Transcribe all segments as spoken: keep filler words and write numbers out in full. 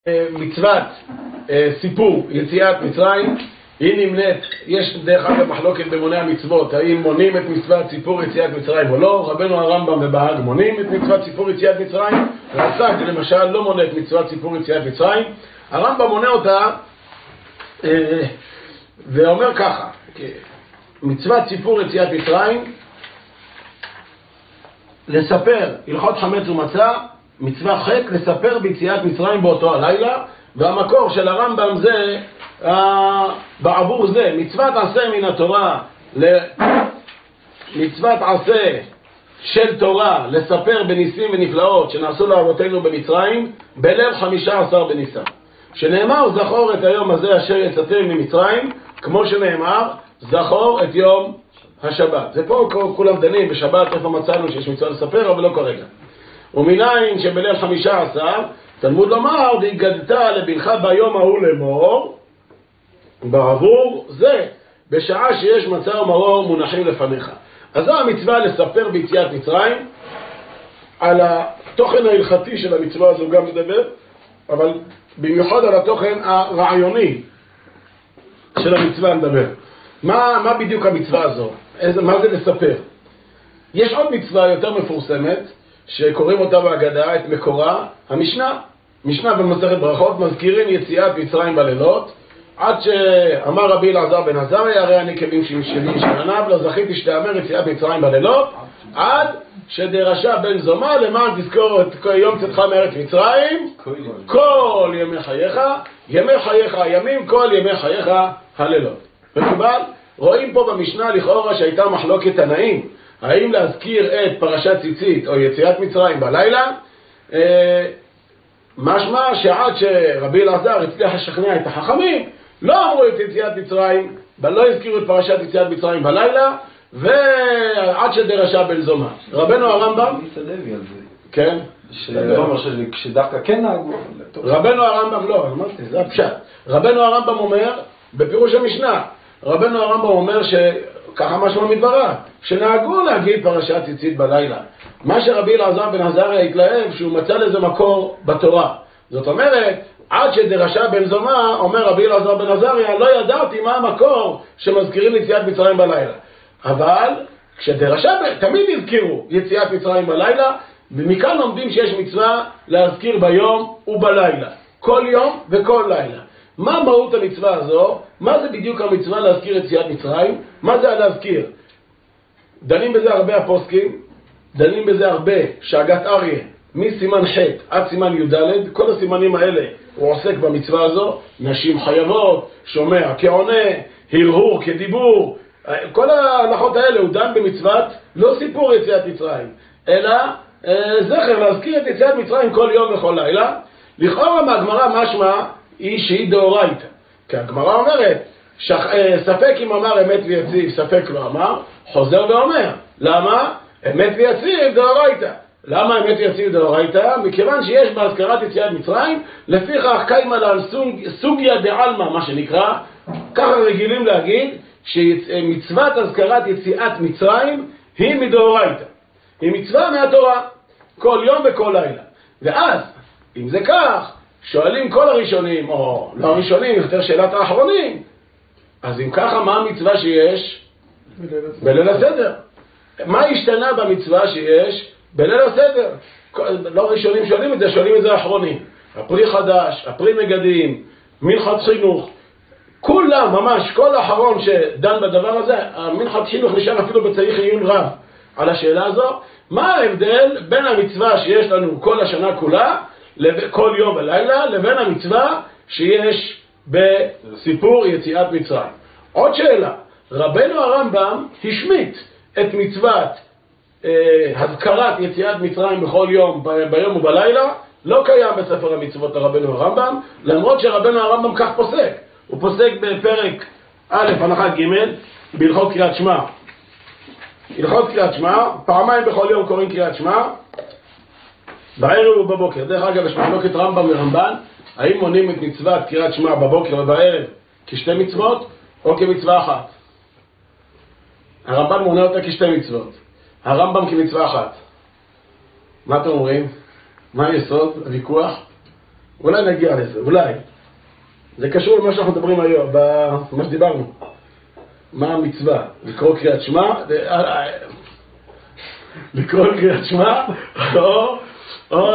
מצוות סיפור יציאת מצרים היא נמנית, יש דרך אגב מחלוקת במוני המצוות, האם מונים את מצוות סיפור יציאת מצרים או לא. רבנו הרמב"ם ובהאג מונים את מצוות סיפור יציאת מצרים, רס"ג למשל לא מונה את מצוות סיפור יציאת מצרים. הרמב"ם מונה אותה ואומר ככה: מצוות סיפור יציאת מצרים, לספר הלכות חמץ ומצה, מצווה ח' לספר ביציאת מצרים באותו הלילה. והמקור של הרמב"ם זה אה, בעבור זה מצוות עשה מן התורה, מצוות עשה של תורה לספר בניסים ונפלאות שנעשו לאבותינו במצרים בליל חמישה עשר בניסן, שנאמר זכור את היום הזה אשר יצאתם ממצרים, כמו שנאמר זכור את יום השבת. זה פה כולם דנים בשבת איפה מצאנו שיש מצווה לספר, אבל לא כרגע. ומניין שבליל חמישה עשר תלמוד לומר והגדת לבנך ביום ההוא לאמור, בעבור זה בשעה שיש מצה ומרור מונחים לפניך. אז זו המצווה לספר ביציאת מצרים. על התוכן ההלכתי של המצווה הזו גם נדבר, אבל במיוחד על התוכן הרעיוני של המצווה נדבר. מה, מה בדיוק המצווה הזו? איזה, מה זה לספר? יש עוד מצווה יותר מפורסמת שקוראים אותה בהגדה, את מקורה, המשנה. משנה במסכת ברכות מזכירים יציאת מצרים בלילות, עד שאמר רבי אלעזר בן עזריה, הרי אני כבים שלי שנניו, לא זכיתי שתאמר יציאת מצרים בלילות, עד שדרשה בן זומא למען תזכור את יום צאתך מארץ מצרים כל ימי חייך, ימי חייך הימים, כל ימי חייך הלילות. מקובל? רואים פה במשנה לכאורה שהייתה מחלוקת תנאים, האם להזכיר את פרשת ציצית או יציאת מצרים בלילה. משמע שעד שרבי אלעזר הצליח לשכנע את החכמים, לא אמרו את יציאת מצרים, לא הזכירו את פרשת יציאת מצרים בלילה, ועד שדרשה בן זומא. רבנו הרמב"ם, כן? שדווקא כן נהגו. רבנו הרמב"ם, לא, אמרתי, זה הפשט. רבנו הרמב"ם אומר, בפירוש המשנה, רבנו הרמב"ם אומר שככה משמע מדבריו, שנהגו להגיד פרשת ציצית בלילה. מה שרבי אלעזר בן עזריה התלהב שהוא מצא לזה מקור בתורה. זאת אומרת, עד שדרשה בן זומא, אומר רבי אלעזר בן עזריה, לא ידעתי מה המקור שמזכירים יציאת מצרים בלילה. אבל כשדרשה, תמיד הזכירו יציאת מצרים בלילה, ומכאן לומדים שיש מצווה להזכיר ביום ובלילה, כל יום וכל לילה. מה מהות המצווה הזו? מה זה בדיוק המצווה להזכיר יציאת מצרים? מה זה להזכיר? דנים בזה הרבה הפוסקים, דנים בזה הרבה שהגת אריה מסימן ח' עד סימן י"ד, כל הסימנים האלה הוא עוסק במצווה הזו. נשים חייבות, שומע כעונה, הרהור כדיבור, כל ההלכות האלה הוא דן במצוות לא סיפור יציאת מצרים, אלא אה, זכר להזכיר את יציאת מצרים כל יום וכל לילה. לכאורה מהגמרא משמע היא שהיא דאורייתא, כי הגמרא אומרת שח... אה, ספק אם אמר אמת ויציב, ספק לא אמר, חוזר ואומר למה? אמת ויציב דאורייתא. למה אמת ויציב דאורייתא? מכיוון שיש בהזכרת יציאת מצרים לפיכך קיימה לה סוג... סוגיה דעלמא, מה שנקרא, ככה רגילים להגיד שמצוות הזכרת יציאת מצרים היא מדאורייתא, היא מצווה מהתורה כל יום וכל לילה. ואז אם זה כך, שואלים כל הראשונים, או לא הראשונים, יותר שאלת האחרונים, אז אם ככה מה המצווה שיש בליל הסדר? מה השתנה במצווה שיש בליל הסדר? לא הראשונים שואלים את זה, שואלים את זה האחרונים. הפרי חדש, הפרי מגדים, מנחת חינוך, כולם, ממש כל האחרון שדן בדבר הזה, מנחת חינוך נשאר אפילו בצריך עיון רב על השאלה הזו. מה ההבדל בין המצווה שיש לנו כל השנה כולה, כל יום ולילה, לבין המצווה שיש בסיפור יציאת מצרים? עוד שאלה, רבנו הרמב"ם השמיט את מצוות אה, הזכרת יציאת מצרים בכל יום, ב- ביום ובלילה, לא קיים בספר המצוות הרבנו הרמב"ם, למרות שרבנו הרמב"ם כך פוסק. הוא פוסק בפרק א' הנחת ג' בהלכות קריאת שמע. הלכות קריאת שמע, פעמיים בכל יום קוראים קריאת שמע, בערב ובבוקר. דרך אגב, יש מחלוקת רמב"ם ורמב"ן, האם מונים את מצוות קריאת שמע בבוקר ובערב כשתי מצוות או כמצווה אחת? הרמב"ן מונה אותה כשתי מצוות, הרמב"ם כמצווה אחת. מה אתם אומרים? מה היסוד? הוויכוח? אולי נגיע לזה, אולי. זה קשור למה שאנחנו מדברים היום, במה שדיברנו. מה המצווה? לקרוא קריאת שמע? לקרוא קריאת שמע? או, או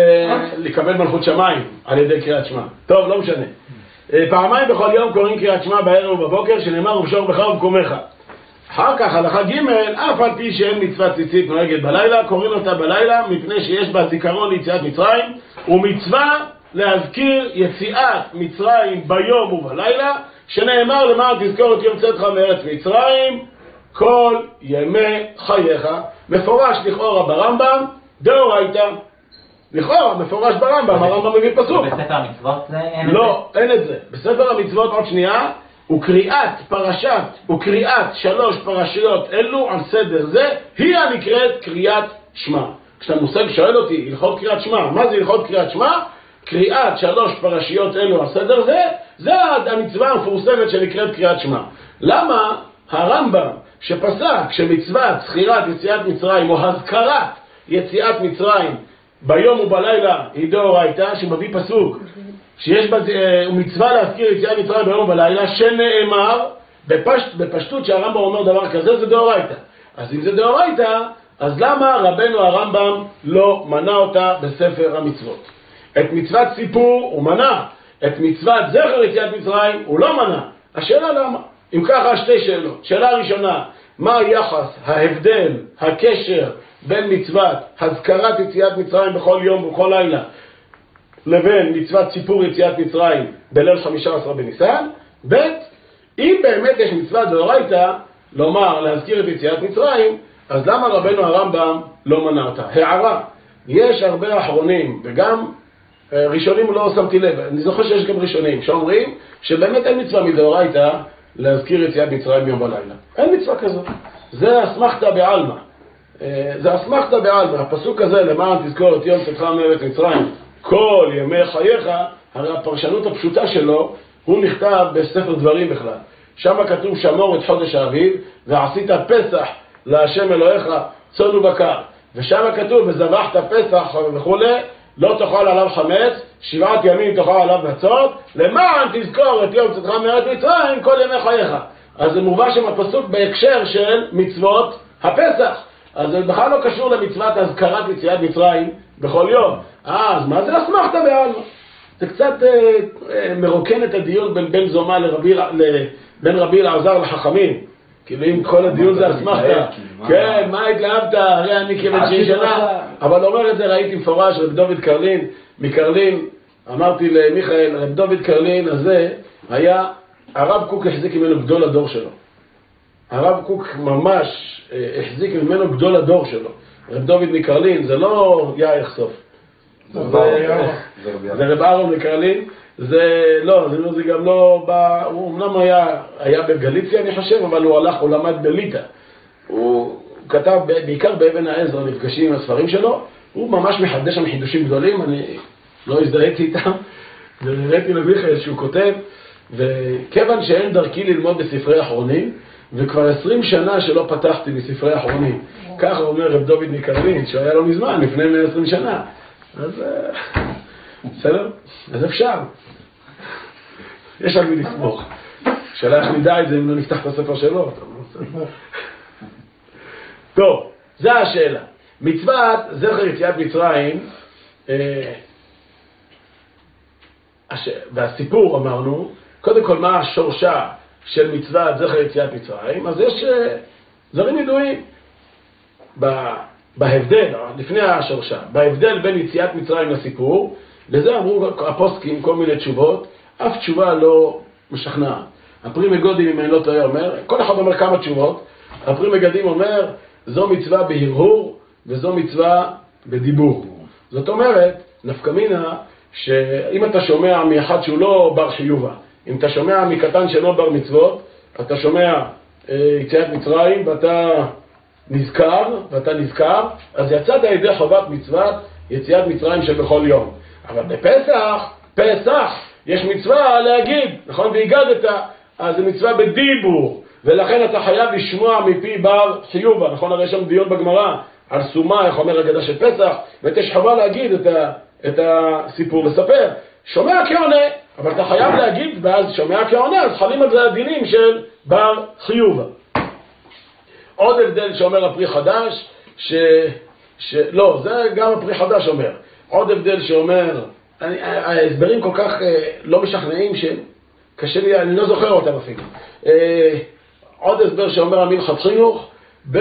לקבל מלכות שמיים על ידי קריאת שמע. טוב, לא משנה. פעמיים בכל יום קוראים קריאת שמע בערב ובבוקר, שנאמר ובשור בך ובקומך. אחר כך, הלכה ג' אף על פי שאין מצוות ציצית נוהגת בלילה, קוראים אותה בלילה מפני שיש בה זיכרון ליציאת מצרים, ומצווה להזכיר יציאת מצרים ביום ובלילה, שנאמר למען תזכור את יום צאתך מארץ מצרים כל ימי חייך. מפורש לכאורה ברמב"ם, דאורייתא. לכאורה מפורש ברמב"ם, הרמב"ם מביא פסוק. בספר המצוות אין את זה? לא, אין את זה. בספר המצוות עוד שנייה, וקריאת פרשת, וקריאת שלוש פרשיות אלו על סדר זה, היא הנקראת קריאת שמע. כשאתה מושג שואל אותי, הלכות קריאת שמע, מה זה הלכות קריאת שמע? קריאת שלוש פרשיות אלו על סדר זה, זה המצווה המפורסמת שנקראת קריאת שמע. למה הרמב"ם שפסק שמצוות זכירת יציאת מצרים או הזכרת יציאת מצרים ביום ובלילה היא דאורייתא, שמביא פסוק שיש בה מצווה להזכיר יציאת מצרים ביום ובלילה, שנאמר בפשט, בפשטות שהרמב"ם אומר דבר כזה, זה דאורייתא. אז אם זה דאורייתא, אז למה רבנו הרמב"ם לא מנה אותה בספר המצוות? את מצוות סיפור הוא מנה, את מצוות זכר יציאת מצרים הוא לא מנה. השאלה למה? אם ככה שתי שאלות. שאלה ראשונה, מה היחס, ההבדל, הקשר בין מצוות הזכרת יציאת מצרים בכל יום ובכל לילה לבין מצוות סיפור יציאת מצרים בליל חמישה עשר בניסן? ב' אם באמת יש מצוות דאורייתא לומר להזכיר את יציאת מצרים, אז למה רבנו הרמב"ם לא מנה אותה? הערה, יש הרבה אחרונים וגם ראשונים לא שמתי לב, אני זוכר שיש גם ראשונים שאומרים שבאמת אין מצווה מדאורייתא להזכיר יציאת מצרים ביום ולילה. אין מצווה כזאת. זה אסמכתא בעלמא. זה אסמכתא בעלמא. הפסוק הזה, למען תזכור את יום צאתך מארץ מצרים כל ימי חייך, הרי הפרשנות הפשוטה שלו, הוא נכתב בספר דברים בכלל. שם כתוב שמור את חודש האביב, ועשית פסח להשם אלוהיך צאן ובקר. ושם כתוב וזבחת פסח וכו', לא תאכל עליו חמץ, שבעת ימים תאכל עליו מצות, למען תזכור את יום צאתך מארץ מצרים כל ימי חייך. אז זה מובא שם הפסוק בהקשר של מצוות הפסח. אז זה בכלל לא קשור למצוות הזכרת יציאת מצרים בכל יום. אה, אז מה זה אסמכתא בעלמא? זה קצת אה, אה, מרוקן את הדיון בין בן זומא לרבי, בין רבי אלעזר לחכמים. כאילו אם כל הדיון זה אסמכתא. כן, מה התלהבת? הרי אני כבן שני שנה. אבל אומר את זה ראיתי מפורש, רב דוד קרלין, מקרלין, אמרתי למיכאל, רב דוד קרלין הזה היה, הרב קוק החזיק ממנו גדול הדור שלו. הרב קוק ממש החזיק ממנו גדול הדור שלו. רב דוד מקרלין, זה לא יאיר סוף. זה רב אהרון מקרלין. זה לא, זה, זה גם לא, בא, הוא אמנם היה, היה בגליציה אני חושב, אבל הוא הלך, הוא למד בליטא. הוא כתב בעיקר באבן העזרא נפגשים עם הספרים שלו, הוא ממש מחדש שם חידושים גדולים, אני לא הזדהיתי איתם, וראיתי למיכאל שהוא כותב, וכיוון שאין דרכי ללמוד בספרי אחרונים, וכבר עשרים שנה שלא פתחתי בספרי אחרונים, ככה אומר רב דוד מקרלין, שהיה לו מזמן, לפני מאה ועשרים שנה, אז בסדר? אז אפשר. יש על מי לסמוך. שאלה איך נדע את זה אם לא נפתח את הספר שלו. טוב, זה השאלה. מצוות זכר יציאת מצרים, והסיפור אמרנו, קודם כל מה השורשה של מצוות זכר יציאת מצרים, אז יש דברים ידועים בהבדל, לפני השורשה, בהבדל בין יציאת מצרים לסיפור, לזה אמרו הפוסקים כל מיני תשובות, אף תשובה לא משכנעת. הפרי מגודים, אם אני לא טועה, אומר, כל אחד אומר כמה תשובות, הפרי מגדים אומר, זו מצווה בהרהור וזו מצווה בדיבור. זאת אומרת, נפקא מינה, שאם אתה שומע מאחד שהוא לא בר חיובה, אם אתה שומע מקטן שלא בר מצוות, אתה שומע אה, יציאת מצרים ואתה נזכר, ואתה נזכר, אז יצאת הידי חובת מצוות יציאת מצרים שבכל יום. אבל בפסח, פסח, יש מצווה להגיד, נכון? והגדת, אז זה מצווה בדיבור, ולכן אתה חייב לשמוע מפי בר חיובה, נכון? הרי שם דיון בגמרא על סומה, איך אומר הגדה של פסח, ויש חובה להגיד את, ה, את הסיפור, לספר. שומע כעונה, אבל אתה חייב להגיד, ואז שומע כעונה, אז חלים על זה הדינים של בר חיוב. עוד הבדל שאומר הפרי חדש, ש... ש... לא, זה גם הפרי חדש אומר. עוד הבדל שאומר, אני, ההסברים כל כך אה, לא משכנעים שקשה לי, אני לא זוכר אותם אפילו. אה, עוד הסבר שאומר המלכת חינוך, ב...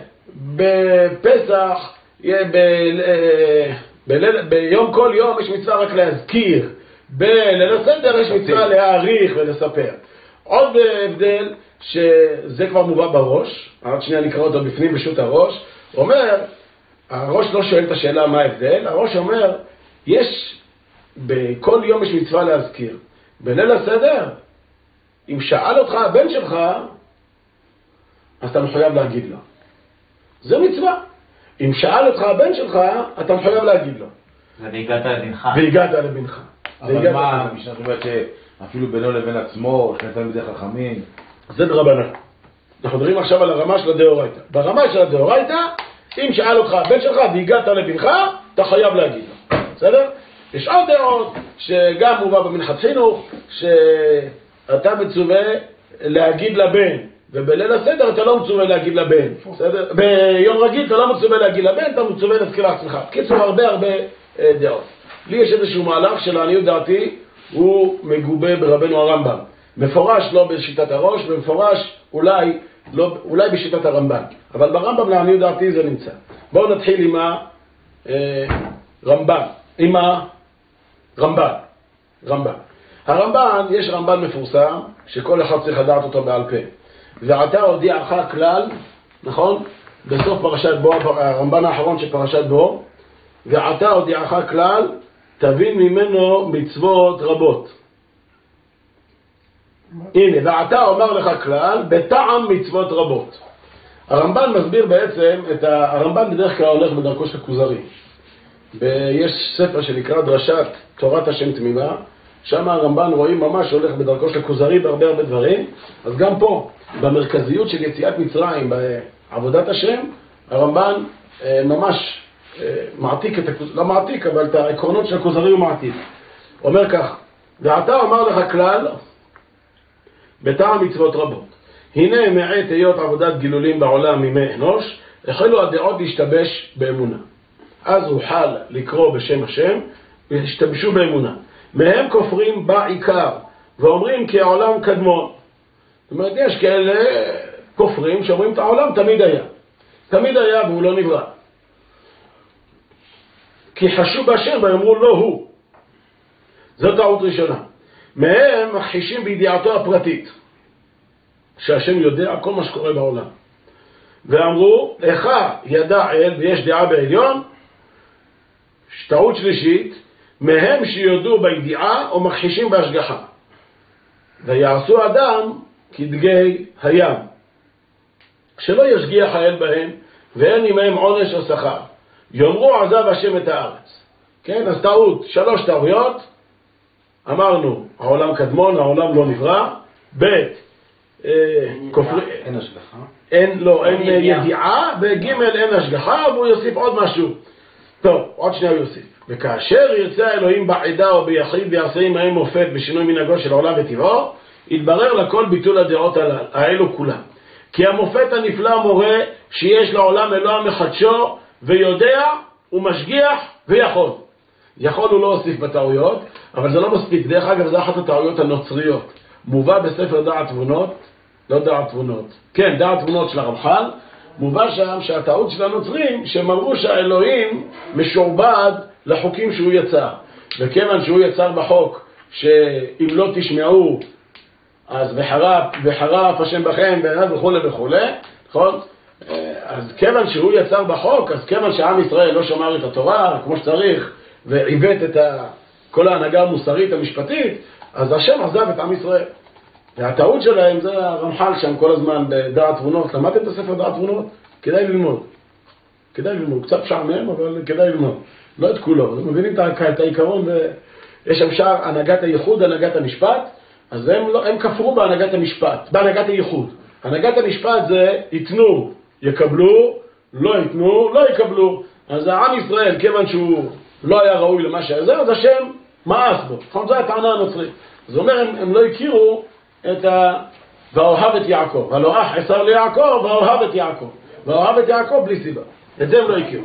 בפסח, יהיה ב... אה, בליל... ביום כל יום יש מצווה רק להזכיר, בליל הסדר יש מצווה להעריך ולספר. עוד הבדל שזה כבר מובא בראש, עוד שנייה נקרא אותו בפנים בשו"ת הראש, אומר, הראש לא שואל את השאלה מה ההבדל, הראש אומר, יש, בכל יום יש מצווה להזכיר. בליל הסדר, אם שאל אותך הבן שלך, אז אתה מחויב להגיד לו. זה מצווה. אם שאל אותך הבן שלך, אתה מחויב להגיד לו. והגעת לבנך. והגעת לבנך. אבל מה, המשנה אומרת שאפילו בינו לבין עצמו, שנתן בדרך חכמים. זה דרבנן. אנחנו מדברים עכשיו על הרמה של הדאורייתא. ברמה של הדאורייתא, אם שאל אותך הבן שלך והגעת לבנך, אתה חייב להגיד לו. בסדר? יש עוד דעות שגם מובא במנחת חינוך, שאתה מצווה להגיד לבן, ובליל הסדר אתה לא מצווה להגיד לבן. בסדר? ביום רגיל אתה לא מצווה להגיד לבן, אתה מצווה להזכיר לעצמך. קיצור, הרבה הרבה דעות. לי יש איזשהו מהלך שלעניות דעתי הוא מגובה ברבנו הרמב"ם. מפורש לא בשיטת הראש, ומפורש אולי, לא, אולי בשיטת הרמב"ן. אבל ברמב"ם לעניות דעתי זה נמצא. בואו נתחיל עם הרמב"ן. עם הרמב"ן. רמב"ן. הרמב"ן, יש רמב"ן מפורסם, שכל אחד צריך לדעת אותו בעל פה. ועתה הודיעך כלל, נכון? בסוף פרשת בו, הרמב"ן האחרון של פרשת בו, ועתה הודיעך כלל, תבין ממנו מצוות רבות. הנה, ועתה אומר לך כלל, בטעם מצוות רבות. הרמב"ן מסביר בעצם, את ה... הרמב"ן בדרך כלל הולך בדרכו של הכוזרי. יש ספר שנקרא דרשת תורת השם תמימה, שם הרמב"ן רואים ממש הולך בדרכו של הכוזרי בהרבה הרבה דברים. אז גם פה, במרכזיות של יציאת מצרים, בעבודת השם, הרמב"ן ממש מעתיק את הכוזרי, לא מעתיק, אבל את העקרונות של הכוזרי הוא מעתיק. אומר כך, ועתה אומר לך כלל, בטעם מצוות רבות. הנה מעט היות עבודת גילולים בעולם מימי אנוש, החלו הדעות להשתבש באמונה. אז הוא חל לקרוא בשם השם, והשתבשו באמונה. מהם כופרים בעיקר, ואומרים כי העולם קדמון. זאת אומרת, יש כאלה כופרים שאומרים את העולם תמיד היה. תמיד היה והוא לא נברא. כי חשו בהשם ואמרו לא הוא. זאת טעות ראשונה. מהם מכחישים בידיעתו הפרטית, שהשם יודע כל מה שקורה בעולם. ואמרו, איך ידע אל ויש דעה בעליון, טעות שלישית, מהם שיודעו בידיעה או מכחישים בהשגחה. ויעשו אדם כדגי הים, שלא ישגיח האל בהם, ואין עמהם עונש או שכר. יאמרו עזב השם את הארץ. כן, אז טעות, שלוש טעויות. אמרנו, העולם קדמון, העולם לא נברא. ב' אין השגחה. אין, לא, אין ידיעה, וג' אין השגחה, והוא יוסיף עוד משהו. טוב, עוד שנייה הוא יוסיף. וכאשר ירצה האלוהים בעדה או ביחיד ויעשה עמהם מופת בשינוי מנהגו של העולם וטבעו, יתברר לכל ביטול הדעות האלו כולם. כי המופת הנפלא מורה שיש לעולם אלוה מחדשו ויודע ומשגיח ויכול. יכול הוא לא הוסיף בטעויות, אבל זה לא מספיק. דרך אגב, זה אחת הטעויות הנוצריות. מובא בספר דעת תבונות, לא דעת תבונות, כן, דעת תבונות של הרמח"ל, מובא שם שהטעות של הנוצרים, שהם אמרו שהאלוהים משועבד לחוקים שהוא יצר. וכיוון שהוא יצר בחוק, שאם לא תשמעו, אז וחרף, וחרף השם בכם, ואז וכו' וכו', נכון? אז כיוון שהוא יצר בחוק, אז כיוון שעם ישראל לא שמר את התורה כמו שצריך, ועיוות את כל ההנהגה המוסרית המשפטית, אז השם עזב את עם ישראל. והטעות שלהם זה הרמח"ל שם כל הזמן בדעת תבונות. למדתם את הספר דעת תבונות? כדאי ללמוד. כדאי ללמוד. קצת שעמם, אבל כדאי ללמוד. לא את כולו. אתם מבינים את העיקרון, ויש שם שער הנהגת הייחוד, הנהגת המשפט, אז הם, לא, הם כפרו בהנהגת המשפט, בהנהגת הייחוד. הנהגת המשפט זה יתנו, יקבלו, לא יתנו, לא יקבלו. אז העם ישראל, כיוון שהוא לא היה ראוי למה שהיה זה, אז השם מאס בו. נכון, זו הטענה הנוצרית. זאת אומרת, הם, הם לא הכירו את ה... ואוהב את יעקב. הלא אח עשר ליעקב, ואוהב את יעקב. ואוהב את יעקב בלי סיבה. את זה הם לא הכירו.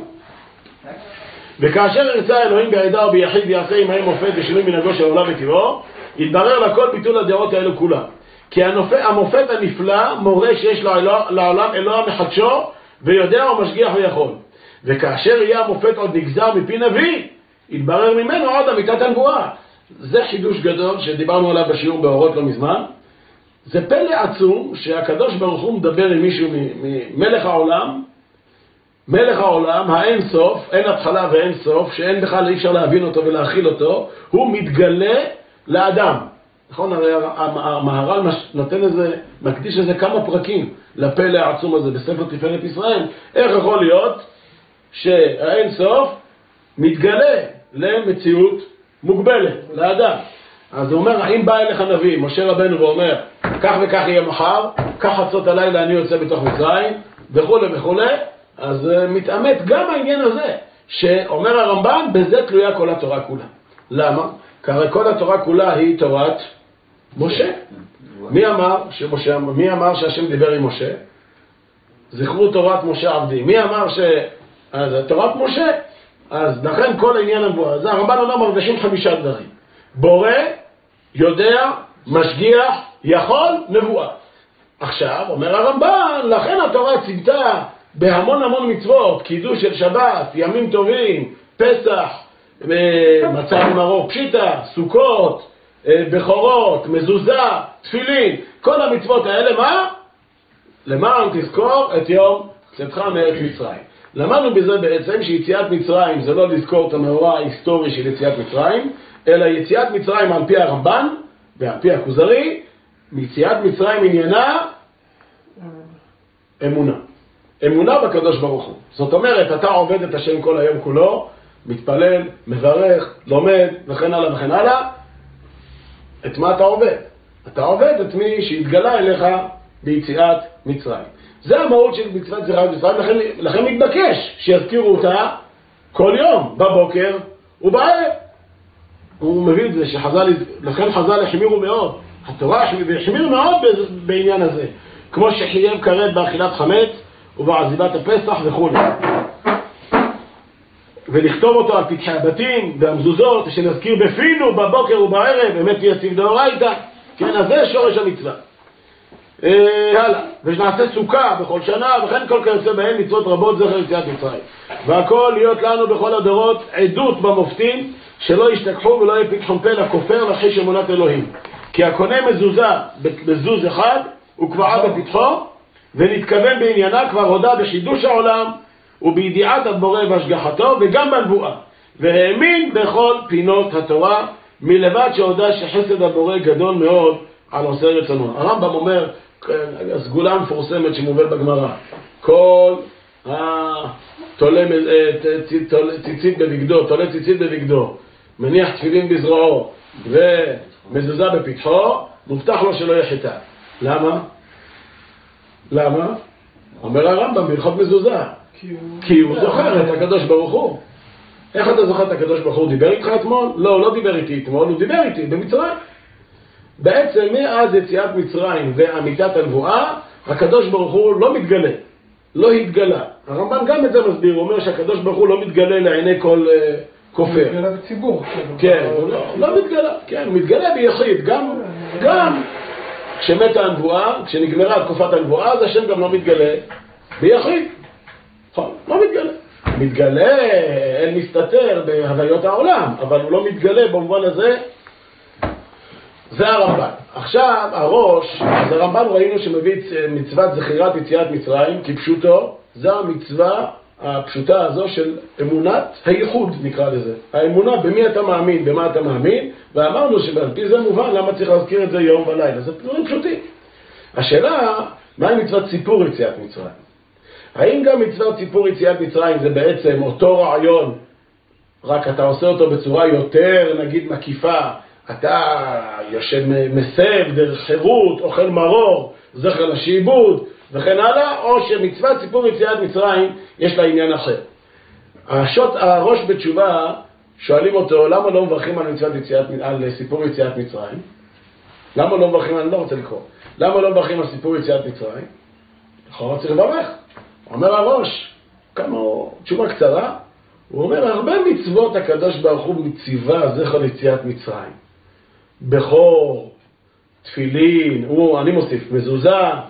וכאשר ירצה אלוהים בעדה וביחיד ויעשה עמהם מופת ושינוי מנהגו של העולם וטבעו, יתברר לכל ביטול הדעות האלו כולם. כי הנופת, המופת הנפלא מורה שיש לעולם אלוה מחדשו ויודע ומשגיח ויכול. וכאשר יהיה המופת עוד נגזר מפי נביא, יתברר ממנו עוד אמיתת הנבואה. זה חידוש גדול שדיברנו עליו בשיעור באורות לא מזמן. זה פלא עצום שהקדוש ברוך הוא מדבר עם מישהו ממלך העולם, מלך העולם, האין סוף, אין התחלה ואין סוף, שאין בכלל אי אפשר להבין אותו ולהכיל אותו, הוא מתגלה לאדם. נכון, הרי המהר"ל נותן איזה, מקדיש איזה כמה פרקים לפלא העצום הזה בספר תפארת ישראל. איך יכול להיות שהאין סוף מתגלה למציאות מוגבלת, לאדם? אז הוא אומר, אם בא אליך נביא, משה רבנו, ואומר, כך וכך יהיה מחר, כך חצות הלילה אני יוצא בתוך מצרים, וכו' וכו', אז מתאמת גם העניין הזה, שאומר הרמב"ן, בזה תלויה כל התורה כולה. למה? כי הרי כל התורה כולה היא תורת משה. מי אמר שמשה, מי אמר שהשם דיבר עם משה? זכרו תורת משה עבדי. מי אמר ש... אז תורת משה. אז לכן כל העניין הנבואה. אז הרמב"ן אומר מרגישים חמישה דברים. בורא, יודע, משגיח, יכול, נבואה. עכשיו, אומר הרמב"ן, לכן התורה ציוותה בהמון המון מצוות, קידוש של שבת, ימים טובים, פסח, מצה ממרור פשיטה, סוכות, בכורות, מזוזה, תפילין, כל המצוות האלה, מה? למען תזכור את יום צאתך מארץ מצרים. למדנו בזה בעצם שיציאת מצרים זה לא לזכור את המאורע ההיסטורי של יציאת מצרים, אלא יציאת מצרים על פי הרמב"ן ועל פי הכוזרי, מיציאת מצרים עניינה אמונה. אמונה בקדוש ברוך הוא. זאת אומרת, אתה עובד את השם כל היום כולו, מתפלל, מברך, לומד, וכן הלאה וכן הלאה. את מה אתה עובד? אתה עובד את מי שהתגלה אליך ביציאת מצרים. זה המהות של מצוות יציאת מצרים, לכן, לכן מתבקש שיזכירו אותה כל יום, בבוקר ובערב. הוא מביא את זה שחז"ל, לכן חז"ל החמירו מאוד. התורה החמירו מאוד בעניין הזה. כמו שחייב כרת באכילת חמץ ובעזיבת הפסח וכו'. ולכתוב אותו על פתחי הבתים והמזוזות, שנזכיר בפינו בבוקר ובערב, באמת יציב דאורייתא. כן, אז זה שורש המצווה. אה, הלאה. ושנעשה סוכה בכל שנה, וכן כל כיוצא בהן מצוות רבות זכר יציאת מצרים. והכל להיות לנו בכל הדורות עדות במופתים, שלא ישתכחו ולא יפתחו פה לכופר לחיש אמונת אלוהים. כי הקונה מזוזה בזוז אחד, הוא כבר בפתחו, ונתכוון בעניינה כבר הודע בחידוש העולם, ובידיעת הבורא והשגחתו, וגם בנבואה. והאמין בכל פינות התורה, מלבד שהודע שחסד הבורא גדול מאוד על עושה רצונו. הרמב"ם אומר, הסגולה המפורסמת שמובאת בגמרא, כל התולה ציצית בבגדו, תולה ציצית בבגדו, מניח תפילין בזרועו ומזוזה בפתחו, מובטח לו שלא יחטא. למה? למה? אומר הרמב"ם, בהלכות מזוזה. כי הוא זוכר את הקדוש ברוך הוא. איך אתה זוכר את הקדוש ברוך הוא? דיבר איתך אתמול? לא, לא דיבר איתי אתמול, הוא דיבר איתי במצרים. בעצם מאז יציאת מצרים ואמיתת הנבואה, הקדוש ברוך הוא לא מתגלה, לא התגלה. הרמב"ן גם את זה מסביר, הוא אומר שהקדוש ברוך הוא לא מתגלה לעיני כל uh, כופר. הוא מתגלה בציבור. כן, הוא לא, לא מתגלה, כן, הוא מתגלה ביחיד, גם, גם כשמתה הנבואה, כשנגמרה תקופת הנבואה, אז השם גם לא מתגלה ביחיד. לא מתגלה. מתגלה, אין מסתתר בהוויות העולם, אבל הוא לא מתגלה במובן הזה. זה הרמב"ן. עכשיו, הראש, אז הרמב"ן ראינו שמביא מצוות זכירת יציאת מצרים, כפשוטו, זה המצווה הפשוטה הזו של אמונת הייחוד, נקרא לזה. האמונה במי אתה מאמין, במה אתה מאמין, ואמרנו שעל פי זה מובן למה צריך להזכיר את זה יום ולילה. זה דברים פשוטים. השאלה, מהי מצוות סיפור יציאת מצרים? האם גם מצוות סיפור יציאת מצרים זה בעצם אותו רעיון, רק אתה עושה אותו בצורה יותר, נגיד, מקיפה, אתה יושב מסב, דרך חירות, אוכל מרור, זכר לשעבוד, וכן הלאה, או שמצוות סיפור יציאת מצרים יש לה עניין אחר. השוט, הראש בתשובה שואלים אותו, למה לא מברכים על, יציאת, על סיפור יציאת מצרים? למה לא מברכים, אני לא רוצה לקרוא, למה לא מברכים על סיפור יציאת מצרים? לכאורה צריך לברך. אומר הראש, כמה תשובה קצרה, הוא אומר, הרבה מצוות הקדוש ברוך הוא מציבה זכר ליציאת מצרים. בכור, תפילין, הוא, אני מוסיף, מזוזה.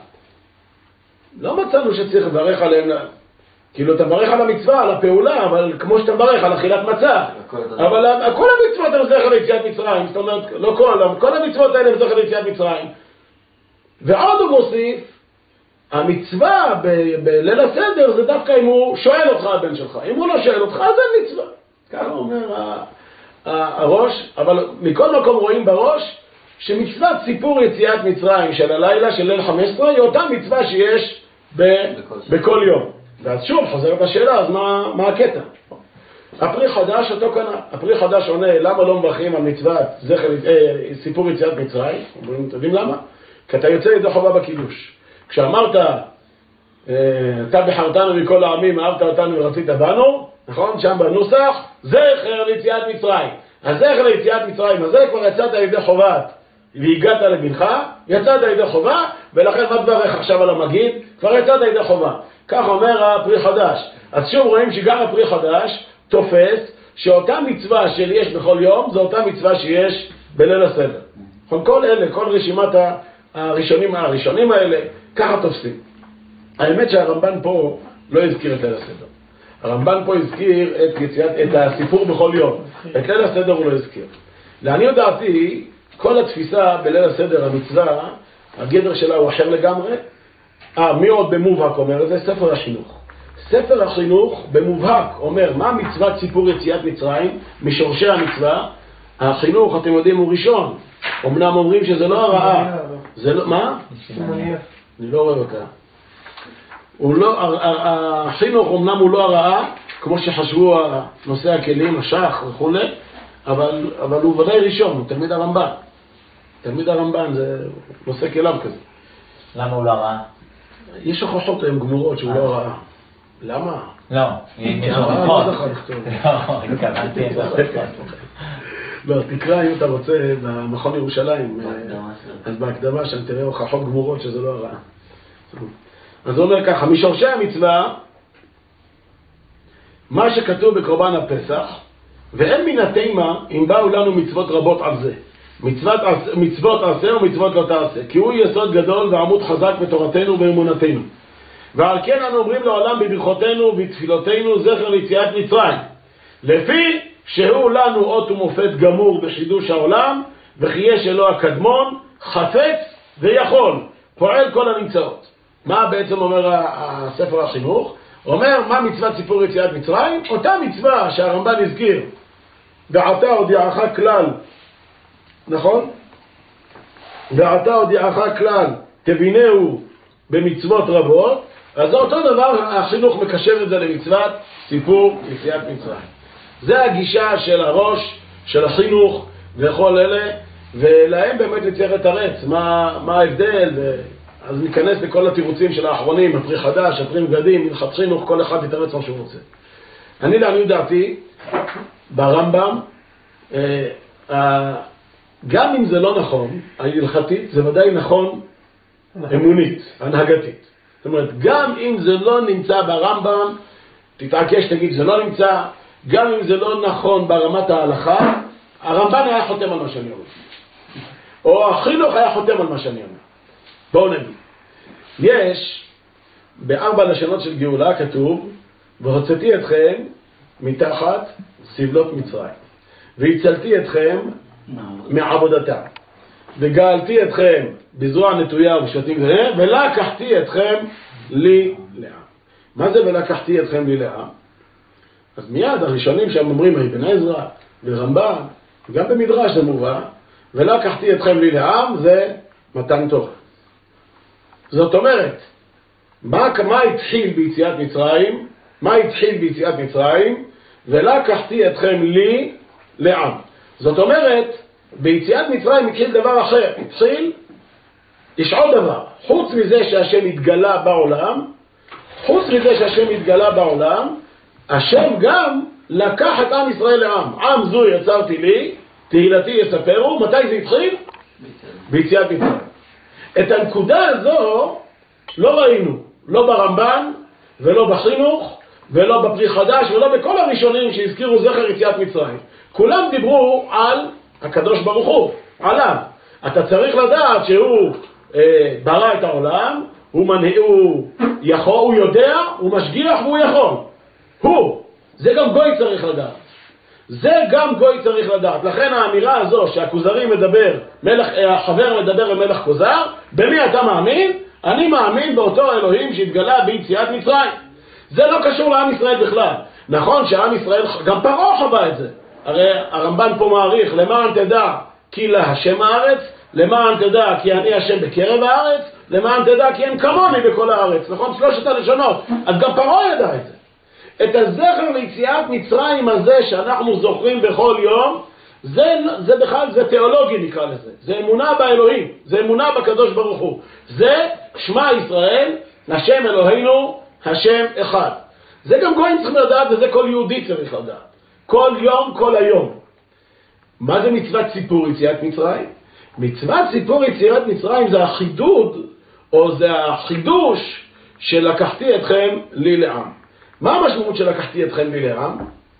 לא מצאנו שצריך לברך עליהם, כאילו אתה מברך על המצווה, על הפעולה, אבל כמו שאתה מברך על אכילת מצה. אבל כל המצוות הם זכר ליציאת מצרים, זאת אומרת, לא כל, כל המצוות האלה הם זכר ליציאת מצרים. ועוד הוא מוסיף, המצווה בליל הסדר זה דווקא אם הוא שואל אותך הבן שלך. אם הוא לא שואל אותך, אז אין מצווה. ככה אומר הראש, אבל מכל מקום רואים בראש שמצוות סיפור יציאת מצרים של הלילה של ליל חמש עשרה היא אותה מצווה שיש בכל יום. ואז שוב חוזרת השאלה, אז מה, מה הקטע? הפרי חדש אותו קנה. הפרי חדש עונה, למה לא מברכים על מצוות זכר, אה, סיפור יציאת מצרים? אומרים, אתם יודעים למה? כי אתה יוצא ידי חובה בקידוש. כשאמרת, אתה בחרתנו מכל העמים, אהבת אותנו ורצית בנו, נכון? שם בנוסח, זכר ליציאת מצרים. הזכר ליציאת מצרים הזה כבר יצאת ידי חובת, והגעת לבנך, יצאת ידי חובה, ולכן מה דברך עכשיו על המגיד? כבר יצאת ידי חובה. כך אומר הפרי חדש. אז שוב רואים שגם הפרי חדש תופס שאותה מצווה של יש בכל יום, זו אותה מצווה שיש בליל הסדר. כל אלה, כל רשימת הראשונים, הראשונים האלה, ככה תופסים. האמת שהרמב"ן פה לא הזכיר את ליל הסדר. הרמב"ן פה הזכיר את, יציאת, את הסיפור בכל יום. את ליל הסדר הוא לא הזכיר. לעניות דעתי, כל התפיסה בליל הסדר, המצווה, הגדר שלה הוא אחר לגמרי. אה, מי עוד במובהק אומר? זה ספר החינוך. ספר החינוך במובהק אומר מה מצוות סיפור יציאת מצרים, משורשי המצווה. החינוך, אתם יודעים, הוא ראשון. אמנם אומרים שזה לא הרעה. זה לא, מה? אני לא רואה אותה. הוא לא, החינוך אמנם הוא לא הרעה, כמו שחשבו נושא הכלים, השח וכו', אבל, אבל הוא ודאי ראשון, הוא תלמיד הרמב"ן. תלמיד הרמב"ן זה נושא כליו כזה. למה הוא לא הרעה? יש הוכחות היום גמורות שהוא לא הרעה. למה? לא, יש הוכחות. לא, התכוונתי. לא, תקרא אם אתה רוצה במכון ירושלים, אז בהקדמה שם תראה הוכחות גמורות שזה לא הרעה. אז הוא אומר ככה, משורשי המצווה, מה שכתוב בקורבן הפסח, ואין מן התימה אם באו לנו מצוות רבות על זה. מצוות, מצוות עשה ומצוות לא תעשה, כי הוא יסוד גדול ועמוד חזק בתורתנו ובאמונתנו. ועל כן אנו אומרים לעולם בברכותינו ובתפילותינו זכר ליציאת מצרים, לפי שהוא לנו אות ומופת גמור בחידוש העולם, וכי יש אלוה הקדמון, חפץ ויכול, פועל כל הנמצאות. מה בעצם אומר הספר החינוך? אומר מה מצוות סיפור יציאת מצרים? אותה מצווה שהרמב"ן הזכיר, ועתה הודיעך כלל, נכון? ועתה הודיעך כלל, תבינהו במצוות רבות, אז אותו דבר החינוך מקשר את זה למצוות סיפור יציאת מצרים. זה הגישה של הראש, של החינוך וכל אלה, ולהם באמת נצטרך לתרץ מה, מה ההבדל, ו... אז ניכנס לכל התירוצים של האחרונים, הפרי חדש, הפרי מגדים, הלכת חינוך, כל אחד יתרץ מה שהוא רוצה. אני לעניות דעתי, ברמב"ם, אה, אה, גם אם זה לא נכון, ההלכתית, זה ודאי נכון אמונית, הנהגתית. זאת אומרת, גם אם זה לא נמצא ברמב"ם, תתעקש, תגיד, זה לא נמצא, גם אם זה לא נכון ברמת ההלכה, הרמב"ן היה חותם על מה שאני אומר. או החינוך היה חותם על מה שאני אומר. בואו נגיד. יש, בארבע לשונות של גאולה כתוב, והוצאתי אתכם מתחת סבלות מצרים, והצלתי אתכם מעבודתה, וגאלתי אתכם בזרוע נטויה ובשבטים גדולים, ולקחתי אתכם לי לעם. מה זה ולקחתי אתכם לי לעם? אז מיד הראשונים שהם אומרים, אבן עזרא ורמב"ן, גם במדרש זה מובא, ולקחתי אתכם לי לעם זה מתן תורה. זאת אומרת, מה, מה התחיל ביציאת מצרים? מה התחיל ביציאת מצרים? ולקחתי אתכם לי לעם. זאת אומרת, ביציאת מצרים התחיל דבר אחר. התחיל, יש עוד דבר. חוץ מזה שהשם התגלה בעולם, חוץ מזה שהשם התגלה בעולם, השם גם לקח את עם ישראל לעם. עם זו יצרתי לי, תהילתי יספרו. מתי זה התחיל? ביציאת מצרים. את הנקודה הזו לא ראינו, לא ברמב"ן ולא בחינוך ולא בפרי חדש ולא בכל הראשונים שהזכירו זכר יציאת מצרים. כולם דיברו על הקדוש ברוך הוא, עליו. אתה צריך לדעת שהוא אה, ברא את העולם, הוא, מנהיג, הוא יכול, הוא יודע, הוא משגיח והוא יכול. הוא, זה גם גוי צריך לדעת. זה גם גוי צריך לדעת. לכן האמירה הזו שהכוזרי מדבר, מלך, החבר מדבר במלך כוזר, במי אתה מאמין? אני מאמין באותו אלוהים שהתגלה ביציאת מצרים. זה לא קשור לעם ישראל בכלל. נכון שעם ישראל, גם פרעה חווה את זה. הרי הרמב"ן פה מעריך, למען תדע כי להשם הארץ, למען תדע כי אני השם בקרב הארץ, למען תדע כי אין כמוני בכל הארץ. נכון? שלושת הלשונות. אז גם פרעה ידע את זה. את הזכר ליציאת מצרים הזה שאנחנו זוכרים בכל יום, זה, זה בכלל, זה תיאולוגי נקרא לזה. זה אמונה באלוהים, זה אמונה בקדוש ברוך הוא. זה שמע ישראל, השם אלוהינו, השם אחד. זה גם גויים צריכים לדעת, וזה כל יהודי צריך לדעת. כל יום, כל היום. מה זה מצוות סיפור יציאת מצרים? מצוות סיפור יציאת מצרים זה החידוד, או זה החידוש של לקחתי אתכם לי לעם. מה המשמעות של לקחתי אתכם לי לעם?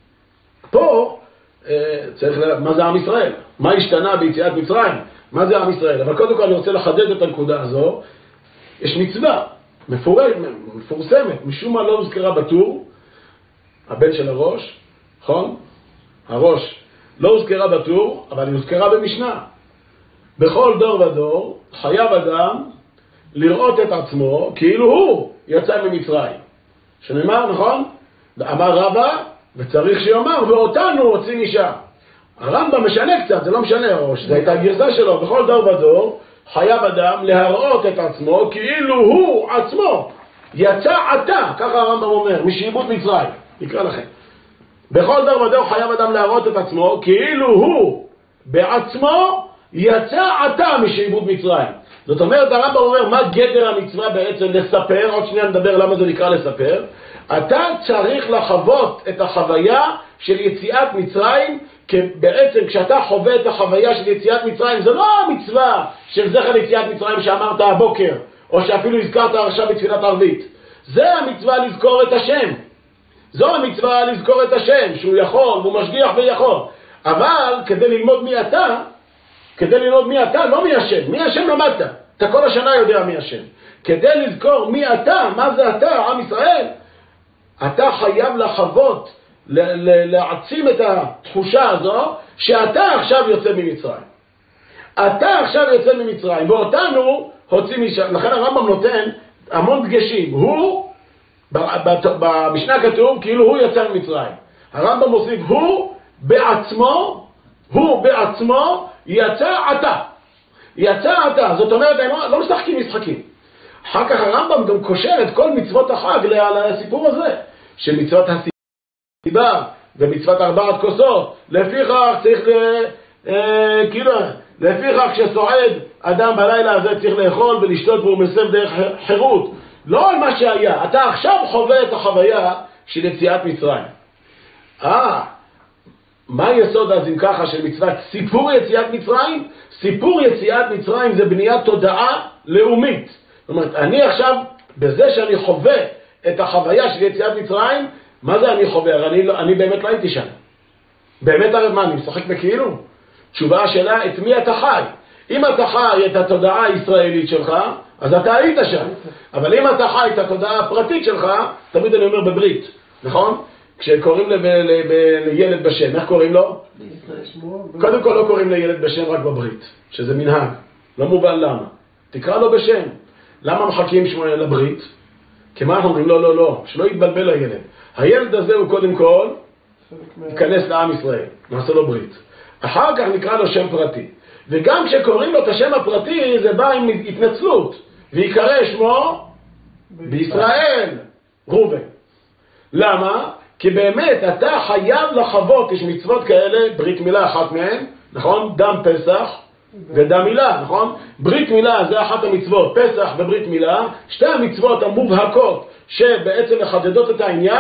פה אה, צריך לדעת מה זה עם ישראל, מה השתנה ביציאת מצרים, מה זה עם ישראל. אבל קודם כל אני רוצה לחדד את הנקודה הזו. יש מצווה מפורש, מפורסמת, משום מה לא הוזכרה בטור, הבן של הראש, נכון? הראש לא הוזכרה בטור, אבל היא הוזכרה במשנה. בכל דור ודור חייב אדם לראות את עצמו כאילו הוא יצא ממצרים. שנאמר, נכון? אמר רבא, וצריך שיאמר, ואותנו הוציא משם. הרמב"ם משנה קצת, זה לא משנה, או שזו הייתה הגרסה שלו. בכל דור ודור חייב אדם להראות את עצמו כאילו הוא עצמו יצא עתה, ככה הרמב"ם אומר, משעבוד מצרים. נקרא לכם. בכל דור ודור חייב אדם להראות את עצמו כאילו הוא בעצמו יצא עתה משעבוד מצרים. זאת אומרת, הרמב"ם אומר, מה גדר המצווה בעצם לספר? עוד שנייה נדבר למה זה נקרא לספר. אתה צריך לחוות את החוויה של יציאת מצרים, כי בעצם כשאתה חווה את החוויה של יציאת מצרים, זה לא המצווה של זכר יציאת מצרים שאמרת הבוקר, או שאפילו הזכרת עכשיו בתפילת ערבית. זה המצווה לזכור את השם. זו המצווה לזכור את השם, שהוא יכול, והוא משגיח ויכול. אבל כדי ללמוד מי אתה, כדי ללמוד מי אתה, לא מי השם. מי השם למדת. אתה כל השנה יודע מי השם. כדי לזכור מי אתה, מה זה אתה, עם ישראל, אתה חייב לחוות, להעצים את התחושה הזו, שאתה עכשיו יוצא ממצרים. אתה עכשיו יוצא ממצרים, ואותנו הוציא משם. לכן הרמב"ם נותן המון דגשים. הוא, במשנה כתוב, כאילו הוא יצא ממצרים. הרמב"ם מוסיף, הוא בעצמו, הוא בעצמו יצא עתה. יצא עתה. זאת אומרת, לא משחקים משחקים. אחר כך הרמב"ם גם קושר את כל מצוות החג לסיפור הזה, שמצוות הסיבה ומצוות ארבעת כוסות, לפיכך צריך, אה, כאילו, לפיכך כשסועד אדם בלילה הזה צריך לאכול ולשתות והוא מסב דרך חירות. לא על מה שהיה, אתה עכשיו חווה את החוויה של יציאת מצרים. אה, מה היסוד אז אם ככה של מצוות סיפור יציאת מצרים? סיפור יציאת מצרים זה בניית תודעה לאומית. זאת אומרת, אני עכשיו, בזה שאני חווה את החוויה של יציאת מצרים, מה זה אני חווה? אני, אני באמת לא הייתי שם. באמת הרי מה, אני משחק בכאילו? תשובה שלה, את מי אתה חי? אם אתה חי את התודעה הישראלית שלך, אז אתה היית שם. אבל אם אתה חי את התודעה הפרטית שלך, תמיד אני אומר בברית, נכון? כשקוראים לב, לב, לילד בשם, איך קוראים לו? קודם כל לא קוראים לילד בשם רק בברית, שזה מנהג. לא מובן למה. תקרא לו בשם. למה מחכים שמונה לברית? כי מה אנחנו אומרים? לא, לא, לא. שלא יתבלבל הילד. הילד הזה הוא קודם כל ייכנס לעם ישראל. נעשה לו ברית. אחר כך נקרא לו שם פרטי. וגם כשקוראים לו את השם הפרטי, זה בא עם התנצלות. ויקרא שמו בישראל ראובן. למה? כי באמת אתה חייב לחוות, יש מצוות כאלה, ברית מילה אחת מהן, נכון? דם פסח ודם מילה, נכון? ברית מילה זה אחת המצוות, פסח וברית מילה, שתי המצוות המובהקות שבעצם מחדדות את העניין,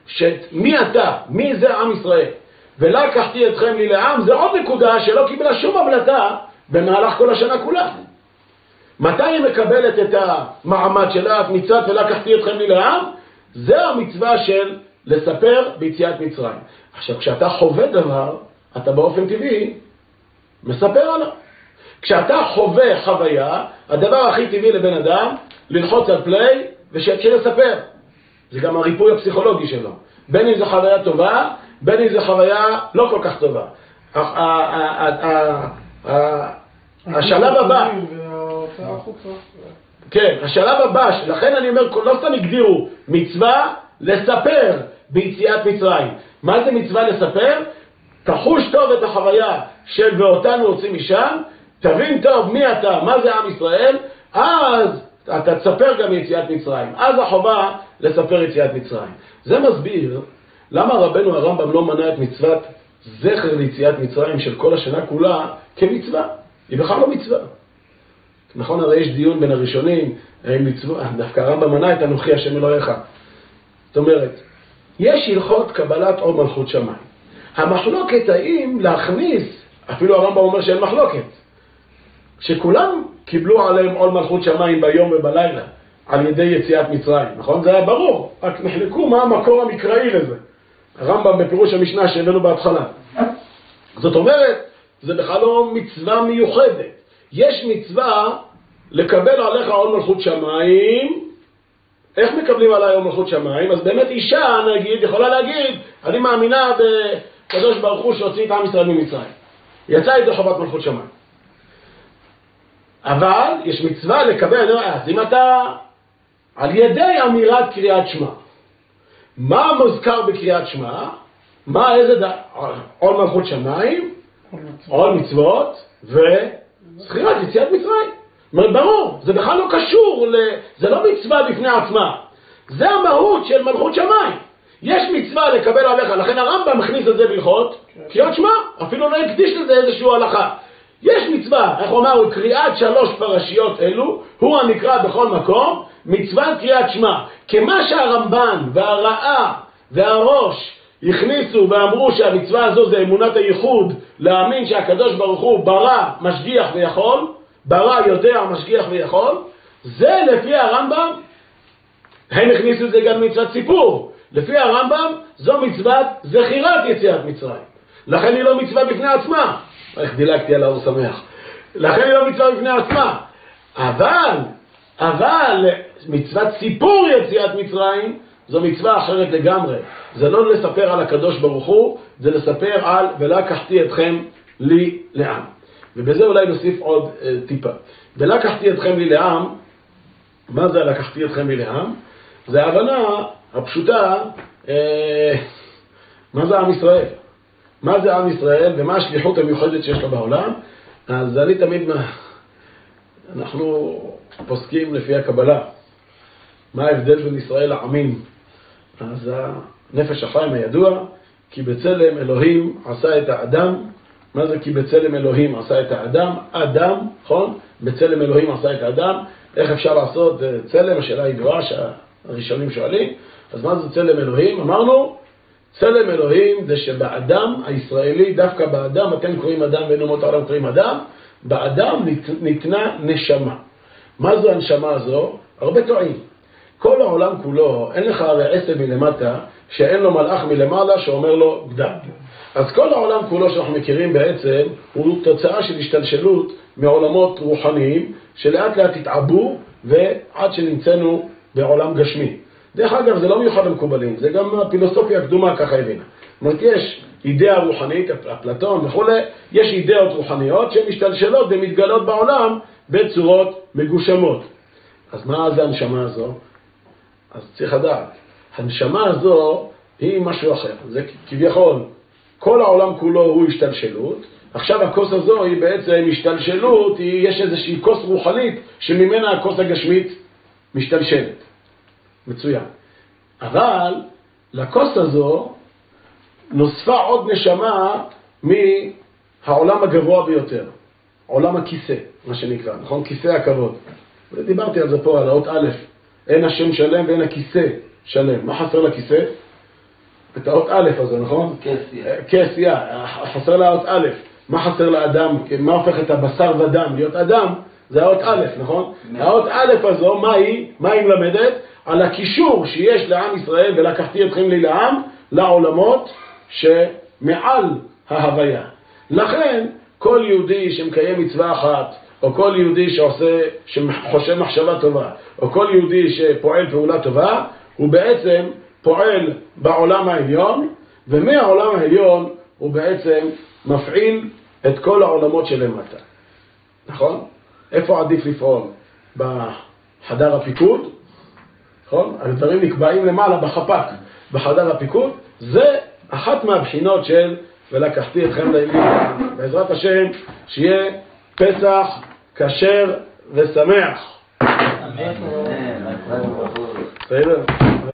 שמי אתה, מי זה עם ישראל, ולקחתי אתכם לי לעם, זה עוד נקודה שלא קיבלה שום הבלטה במהלך כל השנה כולה. מתי היא מקבלת את המעמד שלה, את מצוות ולקחתי אתכם לי לעם? זה המצווה של לספר ביציאת מצרים. עכשיו, כשאתה חווה דבר, אתה באופן טבעי מספר עליו. כשאתה חווה חוויה, הדבר הכי טבעי לבן אדם, ללחוץ על פליי ושיתחיל לספר. זה גם הריפוי הפסיכולוגי שלו. בין אם זו חוויה טובה, בין אם זו חוויה לא כל כך טובה. השלב הבא, כן, השלב הבא, לכן אני אומר, לא סתם הגדירו מצווה לספר ביציאת מצרים. מה זה מצווה לספר? תחוש טוב את החוויה של ואותנו הוצאים משם, תבין טוב מי אתה, מה זה עם ישראל, אז אתה תספר גם יציאת מצרים. אז החובה לספר יציאת מצרים. זה מסביר למה רבנו הרמב"ם לא מנע את מצוות זכר ליציאת מצרים של כל השנה כולה כמצווה. היא בכלל לא מצווה. נכון, הרי יש דיון בין הראשונים, מצווה, דווקא הרמב"ם מנע את אנוכי השם אלוהיך. זאת אומרת, יש הלכות קבלת עול מלכות שמיים. המחלוקת האם להכניס, אפילו הרמב"ם אומר שאין מחלוקת, שכולם קיבלו עליהם עול מלכות שמיים ביום ובלילה, על ידי יציאת מצרים, נכון? זה היה ברור, רק נחלקו מה המקור המקראי לזה. הרמב"ם בפירוש המשנה שהבאנו בהתחלה. זאת אומרת, זה בכלל לא מצווה מיוחדת. יש מצווה לקבל עליך עול מלכות שמיים. איך מקבלים עליי עול מלכות שמיים? אז באמת אישה, נגיד, יכולה להגיד, אני מאמינה בקדוש ברוך הוא שהוציא את עם ישראל ממצרים. יצא איתו חובת מלכות שמיים. אבל יש מצווה לקבל, אז אם אתה על ידי אמירת קריאת שמע, מה מוזכר בקריאת שמע? מה, איזה ד... עול מלכות שמיים, עול מצוות וזכירת יציאת מצרים. ברור, זה בכלל לא קשור, ל... זה לא מצווה בפני עצמה, זה המהות של מלכות שמיים. יש מצווה לקבל עליך, לכן הרמב"ם מכניס את זה בהלכות קריאת שמע, אפילו לא הקדיש לזה איזשהו הלכה. יש מצווה, איך אומר, קריאת שלוש פרשיות אלו, הוא הנקרא בכל מקום, מצוות קריאת שמע. כמה שהרמב"ן והרעה והראש הכניסו ואמרו שהמצווה הזו זה אמונת הייחוד, להאמין שהקדוש ברוך הוא ברא, משגיח ויכול, ברא יודע, משגיח ויכול, זה לפי הרמב"ם, הם הכניסו את זה גם מצוות סיפור. לפי הרמב"ם זו מצוות זכירת יציאת מצרים. לכן היא לא מצווה בפני עצמה. איך דילגתי על האור שמח. לכן היא לא מצווה בפני עצמה. אבל, אבל, מצוות סיפור יציאת מצרים, זו מצווה אחרת לגמרי. זה לא לספר על הקדוש ברוך הוא, זה לספר על ולקחתי אתכם לי לעם. ובזה אולי נוסיף עוד אה, טיפה. ולקחתי אתכם לי לעם, מה זה לקחתי אתכם לי לעם? זה ההבנה הפשוטה, אה, מה זה עם ישראל? מה זה עם ישראל ומה השליחות המיוחדת שיש לה בעולם? אז אני תמיד, אנחנו פוסקים לפי הקבלה. מה ההבדל בין ישראל לעמים? אז הנפש החיים הידוע, כי בצלם אלוהים עשה את האדם. מה זה כי בצלם אלוהים עשה את האדם? אדם, נכון? בצלם אלוהים עשה את האדם. איך אפשר לעשות צלם? השאלה הידועה שהראשונים שואלים. אז מה זה צלם אלוהים? אמרנו, צלם אלוהים זה שבאדם הישראלי, דווקא באדם, אתם קוראים אדם ואין אומות העולם קוראים אדם, באדם ניתנה נשמה. מה זו הנשמה הזו? הרבה טועים. כל העולם כולו, אין לך הרי עשב מלמטה, שאין לו מלאך מלמעלה שאומר לו גדל. אז כל העולם כולו שאנחנו מכירים בעצם, הוא תוצאה של השתלשלות מעולמות רוחניים, שלאט לאט התעבו, ועד שנמצאנו בעולם גשמי. דרך אגב, זה לא מיוחד למקובלים, זה גם הפילוסופיה הקדומה ככה הבינה. זאת אומרת, יש אידאה רוחנית, אפלטון וכו', יש אידאות רוחניות שהן משתלשלות ומתגלות בעולם בצורות מגושמות. אז מה זה הנשמה הזו? אז צריך לדעת, הנשמה הזו היא משהו אחר. זה כביכול, כל העולם כולו הוא השתלשלות, עכשיו הכוס הזו היא בעצם השתלשלות, היא, יש איזושהי כוס רוחנית שממנה הכוס הגשמית משתלשלת. מצוין. אבל לכוס הזו נוספה עוד נשמה מהעולם הגבוה ביותר, עולם הכיסא, מה שנקרא, נכון? כיסא הכבוד. דיברתי על זה פה, על האות א', אין השם שלם ואין הכיסא שלם. מה חסר לכיסא? את האות א' הזו, נכון? כסיה, חסר לה אות א'. מה חסר לאדם? מה הופך את הבשר ודם להיות אדם? זה האות א', נכון? האות א' הזו, מה היא? מה היא מלמדת? על הקישור שיש לעם ישראל, ולקחתי אתכם לי לעם, לעולמות שמעל ההוויה. לכן, כל יהודי שמקיים מצווה אחת, או כל יהודי שעושה, שחושב מחשבה טובה, או כל יהודי שפועל פעולה טובה, הוא בעצם פועל בעולם העליון, ומהעולם העליון הוא בעצם מפעיל את כל העולמות שלמטה. נכון? איפה עדיף לפעול? בחדר הפיקוד? נכון? הדברים נקבעים למעלה בחפ"ק. בחדר הפיקוד זה אחת מהבחינות של ולקחתי אתכם לעליון. בעזרת השם שיהיה פסח כשר ושמח. אמן. בסדר?